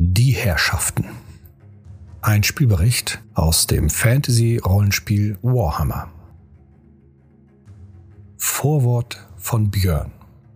Die Herrschaften. Ein Spielbericht aus dem Fantasy-Rollenspiel Warhammer. Vorwort von Björn.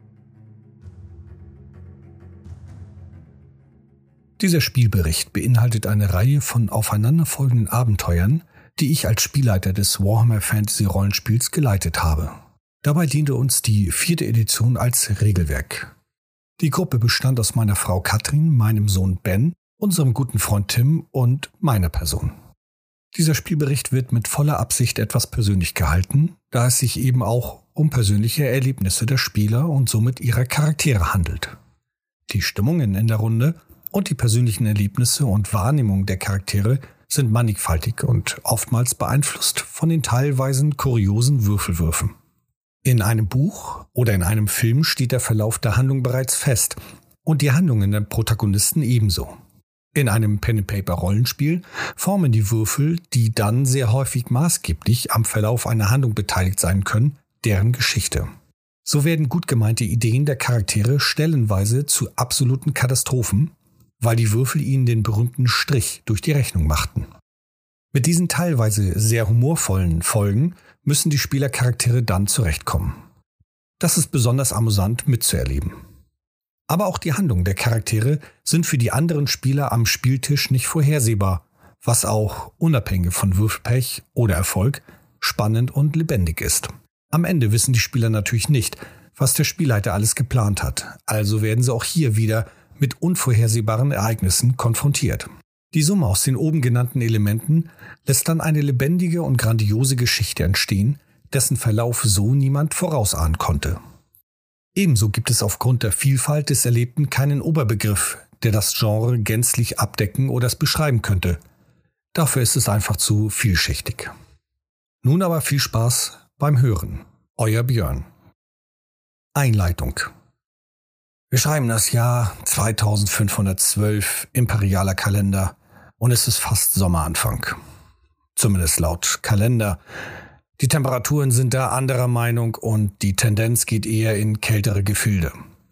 Dieser Spielbericht beinhaltet eine Reihe von aufeinanderfolgenden Abenteuern, die ich als Spielleiter des Warhammer Fantasy Rollenspiels geleitet habe. Dabei diente uns die 4. Edition als Regelwerk. Die Gruppe bestand aus meiner Frau Katrin, meinem Sohn Ben, unserem guten Freund Tim und meiner Person. Dieser Spielbericht wird mit voller Absicht etwas persönlich gehalten, da es sich eben auch um persönliche Erlebnisse der Spieler und somit ihrer Charaktere handelt. Die Stimmungen in der Runde und die persönlichen Erlebnisse und Wahrnehmung der Charaktere sind mannigfaltig und oftmals beeinflusst von den teilweise kuriosen Würfelwürfen. In einem Buch oder in einem Film steht der Verlauf der Handlung bereits fest und die Handlungen der Protagonisten ebenso. In einem Pen-and-Paper-Rollenspiel formen die Würfel, die dann sehr häufig maßgeblich am Verlauf einer Handlung beteiligt sein können, deren Geschichte. So werden gut gemeinte Ideen der Charaktere stellenweise zu absoluten Katastrophen, weil die Würfel ihnen den berühmten Strich durch die Rechnung machten. Mit diesen teilweise sehr humorvollen Folgen müssen die Spielercharaktere dann zurechtkommen. Das ist besonders amüsant mitzuerleben. Aber auch die Handlungen der Charaktere sind für die anderen Spieler am Spieltisch nicht vorhersehbar, was auch, unabhängig von Würfelpech oder Erfolg, spannend und lebendig ist. Am Ende wissen die Spieler natürlich nicht, was der Spielleiter alles geplant hat, also werden sie auch hier wieder mit unvorhersehbaren Ereignissen konfrontiert. Die Summe aus den oben genannten Elementen lässt dann eine lebendige und grandiose Geschichte entstehen, dessen Verlauf so niemand vorausahnen konnte. Ebenso gibt es aufgrund der Vielfalt des Erlebten keinen Oberbegriff, der das Genre gänzlich abdecken oder es beschreiben könnte. Dafür ist es einfach zu vielschichtig. Nun aber viel Spaß beim Hören. Euer Björn. Einleitung. Wir schreiben das Jahr 2512 imperialer Kalender und es ist fast Sommeranfang. Zumindest laut Kalender. Die Temperaturen sind da anderer Meinung und die Tendenz geht eher in kältere Gefilde.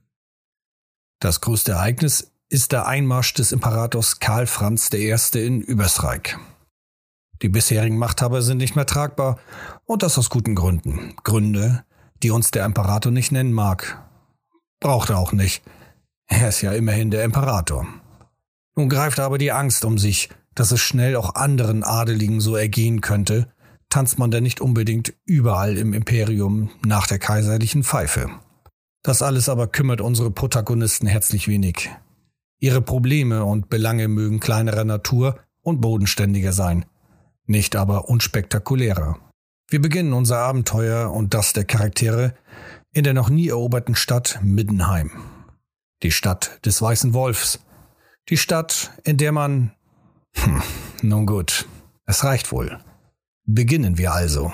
Das größte Ereignis ist der Einmarsch des Imperators Karl Franz I. in Übersreich. Die bisherigen Machthaber sind nicht mehr tragbar und das aus guten Gründen. Gründe, die uns der Imperator nicht nennen mag. Braucht er auch nicht. Er ist ja immerhin der Imperator. Nun greift aber die Angst um sich, dass es schnell auch anderen Adeligen so ergehen könnte, tanzt man denn nicht unbedingt überall im Imperium nach der kaiserlichen Pfeife. Das alles aber kümmert unsere Protagonisten herzlich wenig. Ihre Probleme und Belange mögen kleinerer Natur und bodenständiger sein, nicht aber unspektakulärer. Wir beginnen unser Abenteuer und das der Charaktere in der noch nie eroberten Stadt Middenheim. Die Stadt des Weißen Wolfs. Die Stadt, in der man... nun gut, es reicht wohl. Beginnen wir also.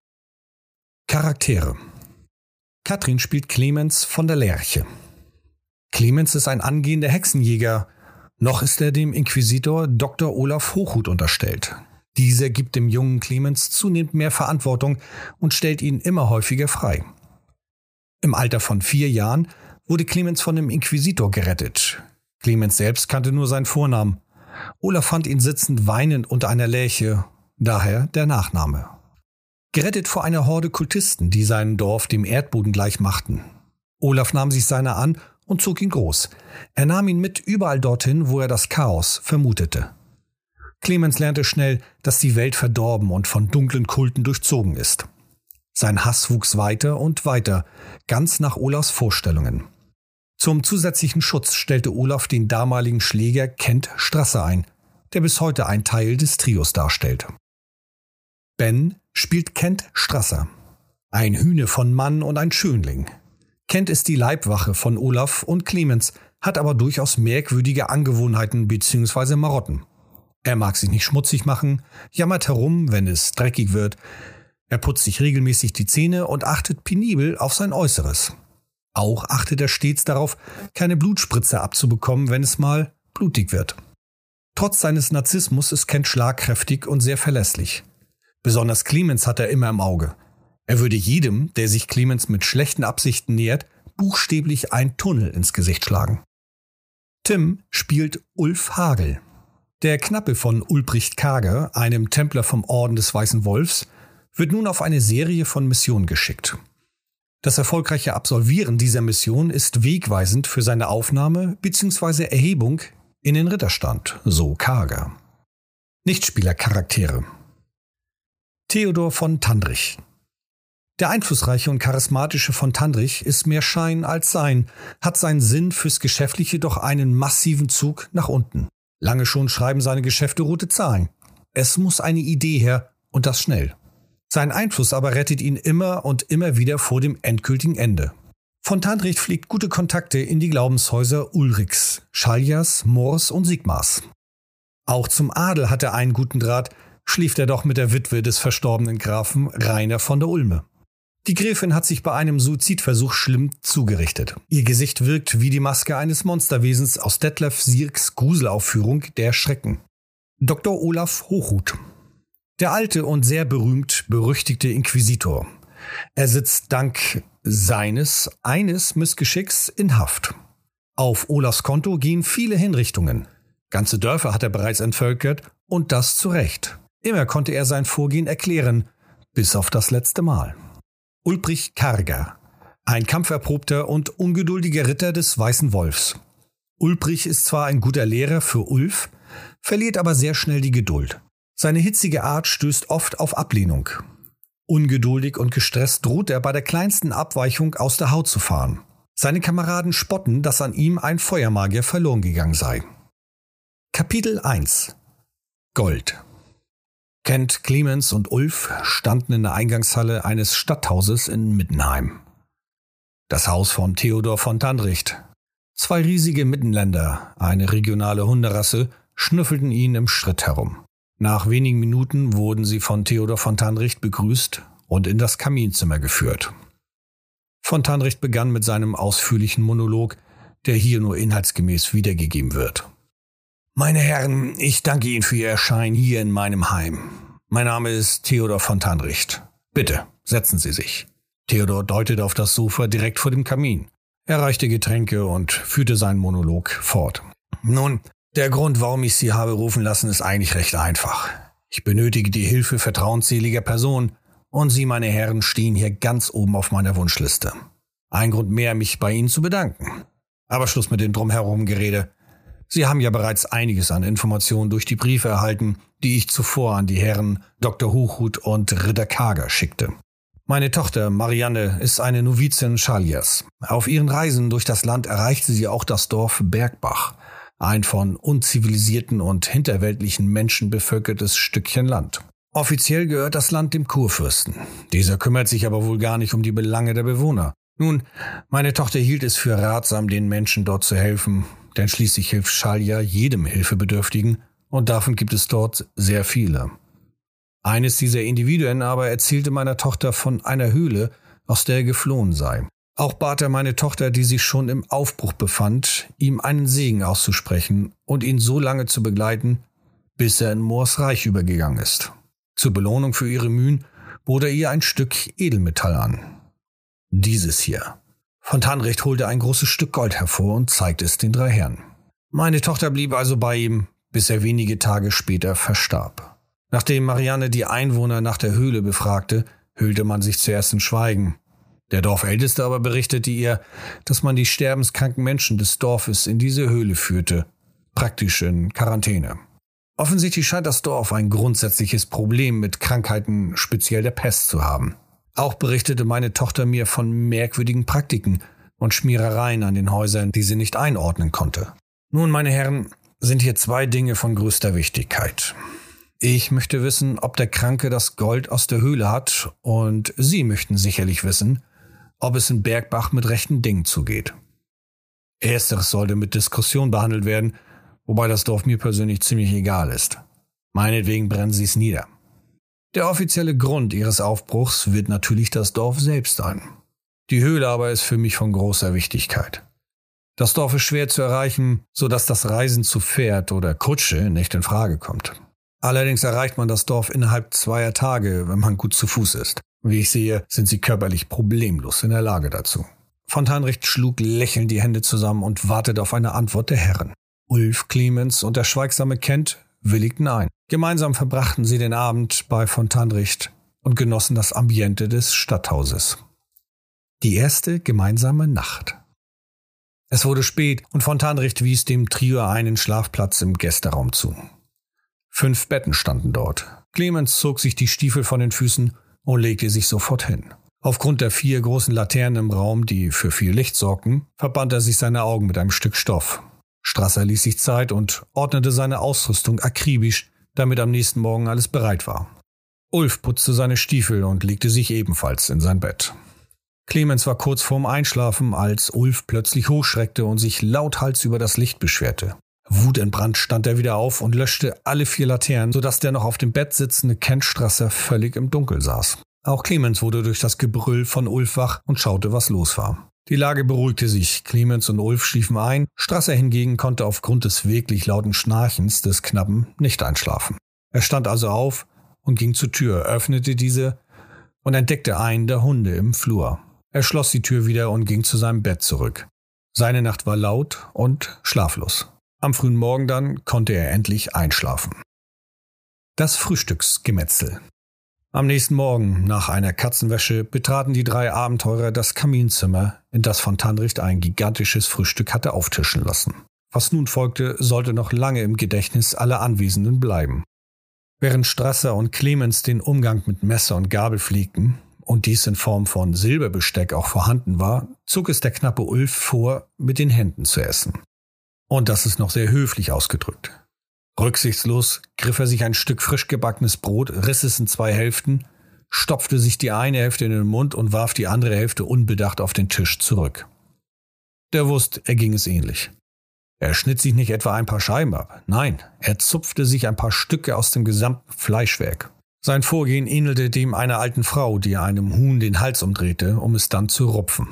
Charaktere. Katrin spielt Clemens von der Lerche. Clemens ist ein angehender Hexenjäger. Noch ist er dem Inquisitor Dr. Olaf Hochhuth unterstellt. Dieser gibt dem jungen Clemens zunehmend mehr Verantwortung und stellt ihn immer häufiger frei. Im Alter von 4 Jahren wurde Clemens von dem Inquisitor gerettet. Clemens selbst kannte nur seinen Vornamen. Olaf fand ihn sitzend weinend unter einer Lärche, daher der Nachname. Gerettet vor einer Horde Kultisten, die sein Dorf dem Erdboden gleich machten. Olaf nahm sich seiner an und zog ihn groß. Er nahm ihn mit überall dorthin, wo er das Chaos vermutete. Clemens lernte schnell, dass die Welt verdorben und von dunklen Kulten durchzogen ist. Sein Hass wuchs weiter und weiter, ganz nach Olafs Vorstellungen. Zum zusätzlichen Schutz stellte Olaf den damaligen Schläger Kent Strasser ein, der bis heute ein Teil des Trios darstellt. Ben spielt Kent Strasser, ein Hühne von Mann und ein Schönling. Kent ist die Leibwache von Olaf und Clemens, hat aber durchaus merkwürdige Angewohnheiten bzw. Marotten. Er mag sich nicht schmutzig machen, jammert herum, wenn es dreckig wird. Er putzt sich regelmäßig die Zähne und achtet penibel auf sein Äußeres. Auch achtet er stets darauf, keine Blutspritze abzubekommen, wenn es mal blutig wird. Trotz seines Narzissmus ist Kent schlagkräftig und sehr verlässlich. Besonders Clemens hat er immer im Auge. Er würde jedem, der sich Clemens mit schlechten Absichten nähert, buchstäblich einen Tunnel ins Gesicht schlagen. Tim spielt Ulf Hagel. Der Knappe von Ulbricht Karger, einem Templer vom Orden des Weißen Wolfs, wird nun auf eine Serie von Missionen geschickt. Das erfolgreiche Absolvieren dieser Mission ist wegweisend für seine Aufnahme bzw. Erhebung in den Ritterstand, so Karger. Nichtspielercharaktere. Theodor von Tandrich. Der einflussreiche und charismatische von Tandrich ist mehr Schein als Sein, hat seinen Sinn fürs Geschäftliche doch einen massiven Zug nach unten. Lange schon schreiben seine Geschäfte rote Zahlen. Es muss eine Idee her und das schnell. Sein Einfluss aber rettet ihn immer und immer wieder vor dem endgültigen Ende. Von Tandrich pflegt gute Kontakte in die Glaubenshäuser Ulrichs, Schaljas, Mors und Sigmars. Auch zum Adel hat er einen guten Draht, schläft er doch mit der Witwe des verstorbenen Grafen Rainer von der Ulme. Die Gräfin hat sich bei einem Suizidversuch schlimm zugerichtet. Ihr Gesicht wirkt wie die Maske eines Monsterwesens aus Detlef Sierks Gruselaufführung Der Schrecken. Dr. Olaf Hochhuth. Der alte und sehr berühmte Inquisitor. Er sitzt dank eines Missgeschicks in Haft. Auf Olafs Konto gehen viele Hinrichtungen. Ganze Dörfer hat er bereits entvölkert und das zu Recht. Immer konnte er sein Vorgehen erklären, bis auf das letzte Mal. Ulbricht Karger, ein kampferprobter und ungeduldiger Ritter des Weißen Wolfs. Ulbricht ist zwar ein guter Lehrer für Ulf, verliert aber sehr schnell die Geduld. Seine hitzige Art stößt oft auf Ablehnung. Ungeduldig und gestresst droht er bei der kleinsten Abweichung aus der Haut zu fahren. Seine Kameraden spotten, dass an ihm ein Feuermagier verloren gegangen sei. Kapitel 1 Gold. Kent, Clemens und Ulf standen in der Eingangshalle eines Stadthauses in Mittenheim. Das Haus von Theodor von Tandrich. 2 riesige Mittenländer, eine regionale Hunderasse, schnüffelten ihn im Schritt herum. Nach wenigen Minuten wurden sie von Theodor von Tandrich begrüßt und in das Kaminzimmer geführt. Von Tandrich begann mit seinem ausführlichen Monolog, der hier nur inhaltsgemäß wiedergegeben wird. Meine Herren, ich danke Ihnen für Ihr Erscheinen hier in meinem Heim. Mein Name ist Theodor von Tandrich. Bitte, setzen Sie sich. Theodor deutete auf das Sofa direkt vor dem Kamin. Er reichte Getränke und führte seinen Monolog fort. Nun, der Grund, warum ich Sie habe rufen lassen, ist eigentlich recht einfach. Ich benötige die Hilfe vertrauensseliger Personen und Sie, meine Herren, stehen hier ganz oben auf meiner Wunschliste. Ein Grund mehr, mich bei Ihnen zu bedanken. Aber Schluss mit dem Drumherum-Gerede. Sie haben ja bereits einiges an Informationen durch die Briefe erhalten, die ich zuvor an die Herren Dr. Hochhuth und Ritter Karger schickte. Meine Tochter Marianne ist eine Novizin Schaljas. Auf ihren Reisen durch das Land erreichte sie auch das Dorf Bergbach, ein von unzivilisierten und hinterweltlichen Menschen bevölkertes Stückchen Land. Offiziell gehört das Land dem Kurfürsten. Dieser kümmert sich aber wohl gar nicht um die Belange der Bewohner. Nun, meine Tochter hielt es für ratsam, den Menschen dort zu helfen, denn schließlich hilft Schalja jedem Hilfebedürftigen und davon gibt es dort sehr viele. Eines dieser Individuen aber erzählte meiner Tochter von einer Höhle, aus der er geflohen sei. Auch bat er meine Tochter, die sich schon im Aufbruch befand, ihm einen Segen auszusprechen und ihn so lange zu begleiten, bis er in Mors Reich übergegangen ist. Zur Belohnung für ihre Mühen bot er ihr ein Stück Edelmetall an. Dieses hier. Von Tandrich holte ein großes Stück Gold hervor und zeigte es den 3 Herren. Meine Tochter blieb also bei ihm, bis er wenige Tage später verstarb. Nachdem Marianne die Einwohner nach der Höhle befragte, hüllte man sich zuerst in Schweigen. Der Dorfälteste aber berichtete ihr, dass man die sterbenskranken Menschen des Dorfes in diese Höhle führte, praktisch in Quarantäne. Offensichtlich scheint das Dorf ein grundsätzliches Problem mit Krankheiten, speziell der Pest, zu haben. Auch berichtete meine Tochter mir von merkwürdigen Praktiken und Schmierereien an den Häusern, die sie nicht einordnen konnte. Nun, meine Herren, sind hier 2 Dinge von größter Wichtigkeit. Ich möchte wissen, ob der Kranke das Gold aus der Höhle hat, und Sie möchten sicherlich wissen, ob es in Bergbach mit rechten Dingen zugeht. Ersteres sollte mit Diskretion behandelt werden, wobei das Dorf mir persönlich ziemlich egal ist. Meinetwegen brennen Sie es nieder. Der offizielle Grund Ihres Aufbruchs wird natürlich das Dorf selbst sein. Die Höhle aber ist für mich von großer Wichtigkeit. Das Dorf ist schwer zu erreichen, sodass das Reisen zu Pferd oder Kutsche nicht in Frage kommt. Allerdings erreicht man das Dorf innerhalb 2 Tage, wenn man gut zu Fuß ist. Wie ich sehe, sind Sie körperlich problemlos in der Lage dazu. Von Tanricht schlug lächelnd die Hände zusammen und wartete auf eine Antwort der Herren. Ulf, Clemens und der schweigsame Kent willigten ein. Gemeinsam verbrachten sie den Abend bei von Tanricht und genossen das Ambiente des Stadthauses. Die erste gemeinsame Nacht. Es wurde spät und von Tanricht wies dem Trio einen Schlafplatz im Gästeraum zu. 5 Betten standen dort. Clemens zog sich die Stiefel von den Füßen und legte sich sofort hin. Aufgrund der 4 großen Laternen im Raum, die für viel Licht sorgten, verband er sich seine Augen mit einem Stück Stoff. Strasser ließ sich Zeit und ordnete seine Ausrüstung akribisch, damit am nächsten Morgen alles bereit war. Ulf putzte seine Stiefel und legte sich ebenfalls in sein Bett. Clemens war kurz vorm Einschlafen, als Ulf plötzlich hochschreckte und sich lauthals über das Licht beschwerte. Wutentbrannt stand er wieder auf und löschte alle 4 Laternen, sodass der noch auf dem Bett sitzende Kent Strasser völlig im Dunkel saß. Auch Clemens wurde durch das Gebrüll von Ulf wach und schaute, was los war. Die Lage beruhigte sich, Clemens und Ulf schliefen ein, Strasser hingegen konnte aufgrund des wirklich lauten Schnarchens des Knappen nicht einschlafen. Er stand also auf und ging zur Tür, öffnete diese und entdeckte einen der Hunde im Flur. Er schloss die Tür wieder und ging zu seinem Bett zurück. Seine Nacht war laut und schlaflos. Am frühen Morgen dann konnte er endlich einschlafen. Das Frühstücksgemetzel. Am nächsten Morgen, nach einer Katzenwäsche, betraten die 3 Abenteurer das Kaminzimmer, in das von Tanricht ein gigantisches Frühstück hatte auftischen lassen. Was nun folgte, sollte noch lange im Gedächtnis aller Anwesenden bleiben. Während Strasser und Clemens den Umgang mit Messer und Gabel pflegten und dies in Form von Silberbesteck auch vorhanden war, zog es der knappe Ulf vor, mit den Händen zu essen. Und das ist noch sehr höflich ausgedrückt. Rücksichtslos griff er sich ein Stück frisch gebackenes Brot, riss es in 2 Hälften, stopfte sich die eine Hälfte in den Mund und warf die andere Hälfte unbedacht auf den Tisch zurück. Der Wurst erging es ähnlich. Er schnitt sich nicht etwa ein paar Scheiben ab, nein, er zupfte sich ein paar Stücke aus dem gesamten Fleischwerk. Sein Vorgehen ähnelte dem einer alten Frau, die einem Huhn den Hals umdrehte, um es dann zu rupfen.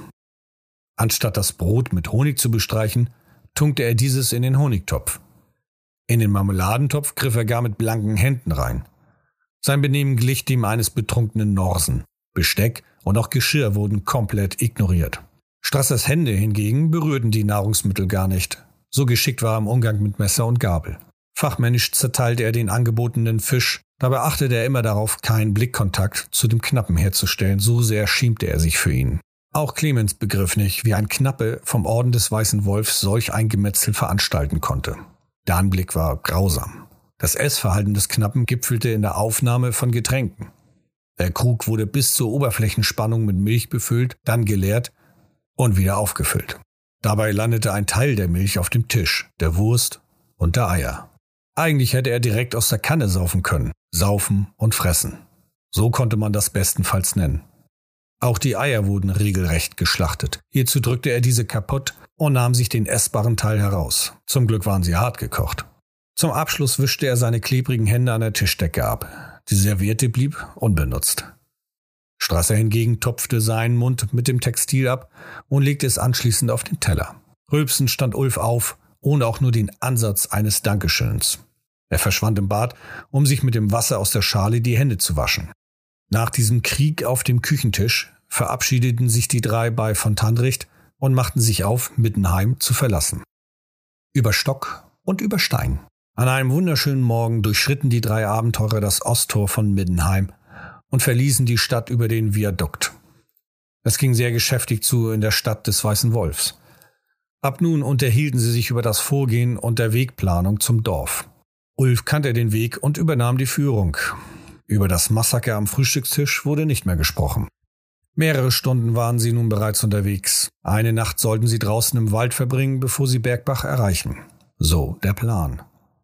Anstatt das Brot mit Honig zu bestreichen, tunkte er dieses in den Honigtopf. In den Marmeladentopf griff er gar mit blanken Händen rein. Sein Benehmen glich dem eines betrunkenen Norsen. Besteck und auch Geschirr wurden komplett ignoriert. Strassers Hände hingegen berührten die Nahrungsmittel gar nicht. So geschickt war er im Umgang mit Messer und Gabel. Fachmännisch zerteilte er den angebotenen Fisch, dabei achtete er immer darauf, keinen Blickkontakt zu dem Knappen herzustellen, so sehr schämte er sich für ihn. Auch Clemens begriff nicht, wie ein Knappe vom Orden des Weißen Wolfs solch ein Gemetzel veranstalten konnte. Der Anblick war grausam. Das Essverhalten des Knappen gipfelte in der Aufnahme von Getränken. Der Krug wurde bis zur Oberflächenspannung mit Milch befüllt, dann geleert und wieder aufgefüllt. Dabei landete ein Teil der Milch auf dem Tisch, der Wurst und der Eier. Eigentlich hätte er direkt aus der Kanne saufen können. Saufen und fressen. So konnte man das bestenfalls nennen. Auch die Eier wurden regelrecht geschlachtet. Hierzu drückte er diese kaputt und nahm sich den essbaren Teil heraus. Zum Glück waren sie hart gekocht. Zum Abschluss wischte er seine klebrigen Hände an der Tischdecke ab. Die Serviette blieb unbenutzt. Strasser hingegen tupfte seinen Mund mit dem Textil ab und legte es anschließend auf den Teller. Rülpsend stand Ulf auf, ohne auch nur den Ansatz eines Dankeschöns. Er verschwand im Bad, um sich mit dem Wasser aus der Schale die Hände zu waschen. Nach diesem Krieg auf dem Küchentisch verabschiedeten sich die 3 bei von Tanricht und machten sich auf, Middenheim zu verlassen. Über Stock und über Stein. An einem wunderschönen Morgen durchschritten die 3 Abenteurer das Osttor von Middenheim und verließen die Stadt über den Viadukt. Es ging sehr geschäftig zu in der Stadt des Weißen Wolfs. Ab nun unterhielten sie sich über das Vorgehen und der Wegplanung zum Dorf. Ulf kannte den Weg und übernahm die Führung. Über das Massaker am Frühstückstisch wurde nicht mehr gesprochen. Mehrere Stunden waren sie nun bereits unterwegs. Eine Nacht sollten sie draußen im Wald verbringen, bevor sie Bergbach erreichen. So der Plan.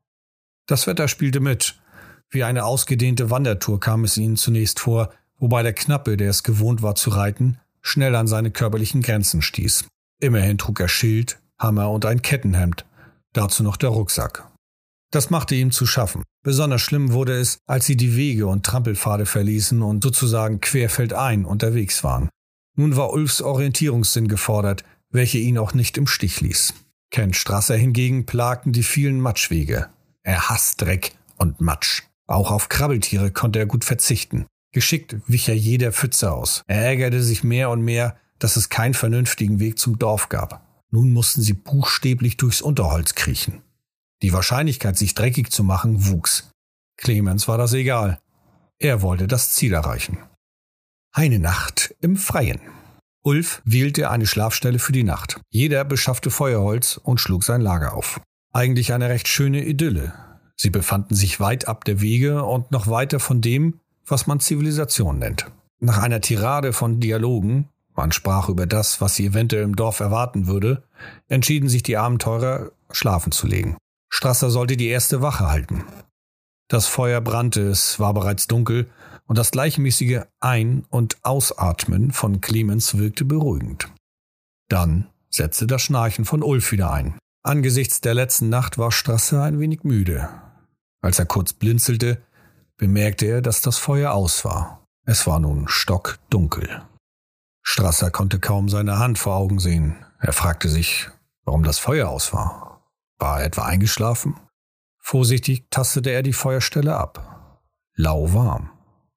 Das Wetter spielte mit. Wie eine ausgedehnte Wandertour kam es ihnen zunächst vor, wobei der Knappe, der es gewohnt war zu reiten, schnell an seine körperlichen Grenzen stieß. Immerhin trug er Schild, Hammer und ein Kettenhemd, dazu noch der Rucksack. Das machte ihm zu schaffen. Besonders schlimm wurde es, als sie die Wege und Trampelpfade verließen und sozusagen querfeldein unterwegs waren. Nun war Ulfs Orientierungssinn gefordert, welche ihn auch nicht im Stich ließ. Kent Strasser hingegen plagten die vielen Matschwege. Er hasst Dreck und Matsch. Auch auf Krabbeltiere konnte er gut verzichten. Geschickt wich er jeder Pfütze aus. Er ärgerte sich mehr und mehr, dass es keinen vernünftigen Weg zum Dorf gab. Nun mussten sie buchstäblich durchs Unterholz kriechen. Die Wahrscheinlichkeit, sich dreckig zu machen, wuchs. Clemens war das egal. Er wollte das Ziel erreichen. Eine Nacht im Freien. Ulf wählte eine Schlafstelle für die Nacht. Jeder beschaffte Feuerholz und schlug sein Lager auf. Eigentlich eine recht schöne Idylle. Sie befanden sich weit ab der Wege und noch weiter von dem, was man Zivilisation nennt. Nach einer Tirade von Dialogen, man sprach über das, was sie eventuell im Dorf erwarten würde, entschieden sich die Abenteurer, schlafen zu legen. Strasser sollte die erste Wache halten. Das Feuer brannte, es war bereits dunkel und das gleichmäßige Ein- und Ausatmen von Clemens wirkte beruhigend. Dann setzte das Schnarchen von Ulf wieder ein. Angesichts der letzten Nacht war Strasser ein wenig müde. Als er kurz blinzelte, bemerkte er, dass das Feuer aus war. Es war nun stockdunkel. Strasser konnte kaum seine Hand vor Augen sehen. Er fragte sich, warum das Feuer aus war. War er etwa eingeschlafen? Vorsichtig tastete er die Feuerstelle ab. Lauwarm.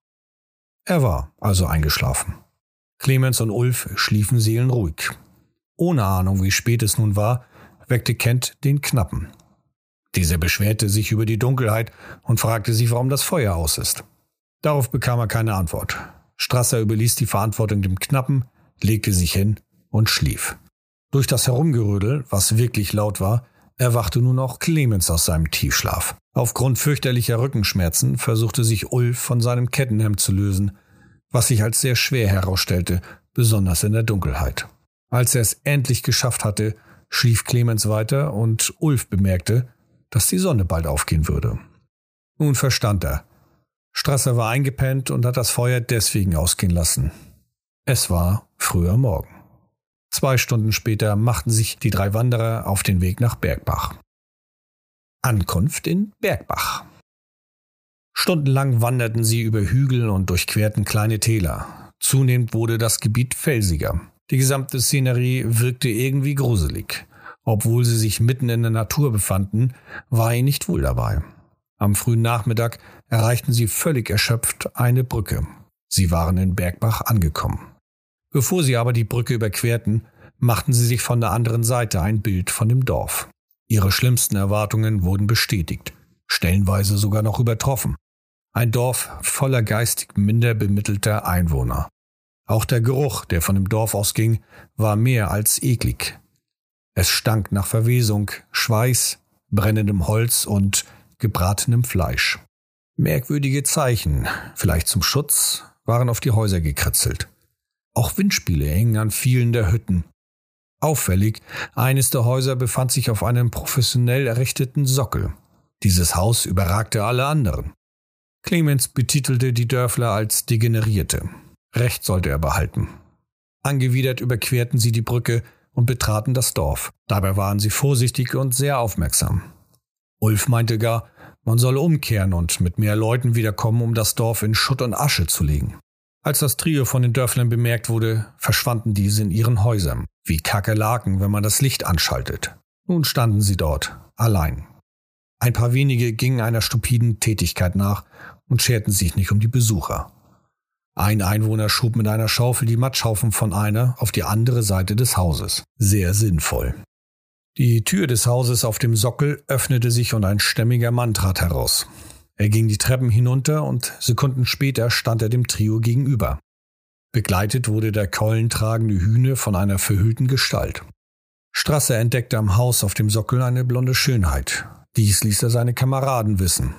Er war also eingeschlafen. Clemens und Ulf schliefen seelenruhig. Ohne Ahnung, wie spät es nun war, weckte Kent den Knappen. Dieser beschwerte sich über die Dunkelheit und fragte sich, warum das Feuer aus ist. Darauf bekam er keine Antwort. Strasser überließ die Verantwortung dem Knappen, legte sich hin und schlief. Durch das Herumgerödel, was wirklich laut war, erwachte nun auch Clemens aus seinem Tiefschlaf. Aufgrund fürchterlicher Rückenschmerzen versuchte sich Ulf von seinem Kettenhemd zu lösen, was sich als sehr schwer herausstellte, besonders in der Dunkelheit. Als er es endlich geschafft hatte, schlief Clemens weiter und Ulf bemerkte, dass die Sonne bald aufgehen würde. Nun verstand er. Strasser war eingepennt und hat das Feuer deswegen ausgehen lassen. Es war früher Morgen. 2 Stunden später machten sich die 3 Wanderer auf den Weg nach Bergbach. Ankunft in Bergbach. Stundenlang wanderten sie über Hügel und durchquerten kleine Täler. Zunehmend wurde das Gebiet felsiger. Die gesamte Szenerie wirkte irgendwie gruselig. Obwohl sie sich mitten in der Natur befanden, war ihnen nicht wohl dabei. Am frühen Nachmittag erreichten sie völlig erschöpft eine Brücke. Sie waren in Bergbach angekommen. Bevor sie aber die Brücke überquerten, machten sie sich von der anderen Seite ein Bild von dem Dorf. Ihre schlimmsten Erwartungen wurden bestätigt, stellenweise sogar noch übertroffen. Ein Dorf voller geistig minder bemittelter Einwohner. Auch der Geruch, der von dem Dorf ausging, war mehr als eklig. Es stank nach Verwesung, Schweiß, brennendem Holz und gebratenem Fleisch. Merkwürdige Zeichen, vielleicht zum Schutz, waren auf die Häuser gekritzelt. Auch Windspiele hingen an vielen der Hütten. Auffällig, eines der Häuser befand sich auf einem professionell errichteten Sockel. Dieses Haus überragte alle anderen. Clemens betitelte die Dörfler als Degenerierte. Recht sollte er behalten. Angewidert überquerten sie die Brücke und betraten das Dorf. Dabei waren sie vorsichtig und sehr aufmerksam. Ulf meinte gar, man solle umkehren und mit mehr Leuten wiederkommen, um das Dorf in Schutt und Asche zu legen. Als das Trio von den Dörflern bemerkt wurde, verschwanden diese in ihren Häusern, wie Kakerlaken, wenn man das Licht anschaltet. Nun standen sie dort, allein. Ein paar wenige gingen einer stupiden Tätigkeit nach und scherten sich nicht um die Besucher. Ein Einwohner schob mit einer Schaufel die Matschhaufen von einer auf die andere Seite des Hauses. Sehr sinnvoll. Die Tür des Hauses auf dem Sockel öffnete sich und ein stämmiger Mann trat heraus. Er ging die Treppen hinunter und Sekunden später stand er dem Trio gegenüber. Begleitet wurde der keulentragende Hühne von einer verhüllten Gestalt. Strasser entdeckte am Haus auf dem Sockel eine blonde Schönheit. Dies ließ er seine Kameraden wissen.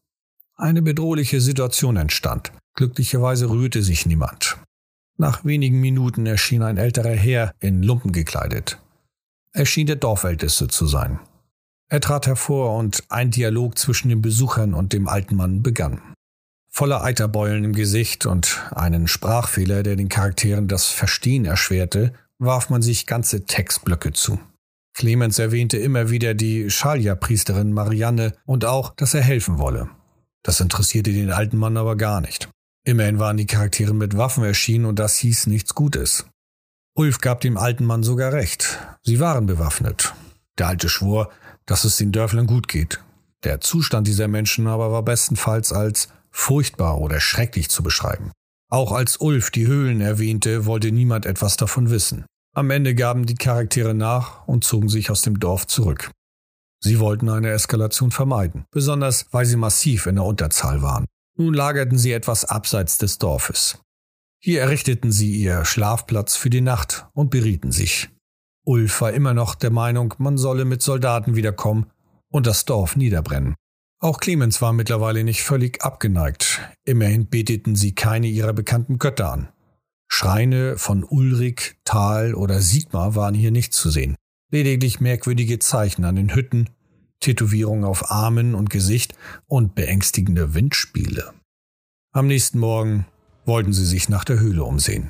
Eine bedrohliche Situation entstand. Glücklicherweise rührte sich niemand. Nach wenigen Minuten erschien ein älterer Herr in Lumpen gekleidet. Er schien der Dorfälteste zu sein. Er trat hervor und ein Dialog zwischen den Besuchern und dem alten Mann begann. Voller Eiterbeulen im Gesicht und einen Sprachfehler, der den Charakteren das Verstehen erschwerte, warf man sich ganze Textblöcke zu. Clemens erwähnte immer wieder die Schalja-Priesterin Marianne und auch, dass er helfen wolle. Das interessierte den alten Mann aber gar nicht. Immerhin waren die Charaktere mit Waffen erschienen und das hieß nichts Gutes. Ulf gab dem alten Mann sogar recht. Sie waren bewaffnet. Der Alte schwor, dass es den Dörflern gut geht. Der Zustand dieser Menschen aber war bestenfalls als furchtbar oder schrecklich zu beschreiben. Auch als Ulf die Höhlen erwähnte, wollte niemand etwas davon wissen. Am Ende gaben die Charaktere nach und zogen sich aus dem Dorf zurück. Sie wollten eine Eskalation vermeiden, besonders weil sie massiv in der Unterzahl waren. Nun lagerten sie etwas abseits des Dorfes. Hier errichteten sie ihr Schlafplatz für die Nacht und berieten sich. Ulf war immer noch der Meinung, man solle mit Soldaten wiederkommen und das Dorf niederbrennen. Auch Clemens war mittlerweile nicht völlig abgeneigt. Immerhin beteten sie keine ihrer bekannten Götter an. Schreine von Ulrich, Thal oder Sigmar waren hier nicht zu sehen. Lediglich merkwürdige Zeichen an den Hütten, Tätowierungen auf Armen und Gesicht und beängstigende Windspiele. Am nächsten Morgen wollten sie sich nach der Höhle umsehen.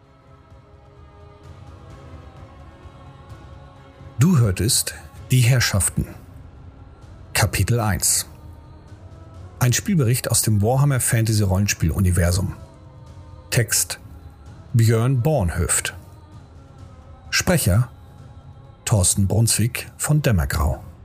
Du hörtest Die Herrschaften. Kapitel 1. Ein Spielbericht aus dem Warhammer Fantasy Rollenspiel-Universum. Text Björn Bornhöft. Sprecher Thorsten Brunswick von Dämmergrau.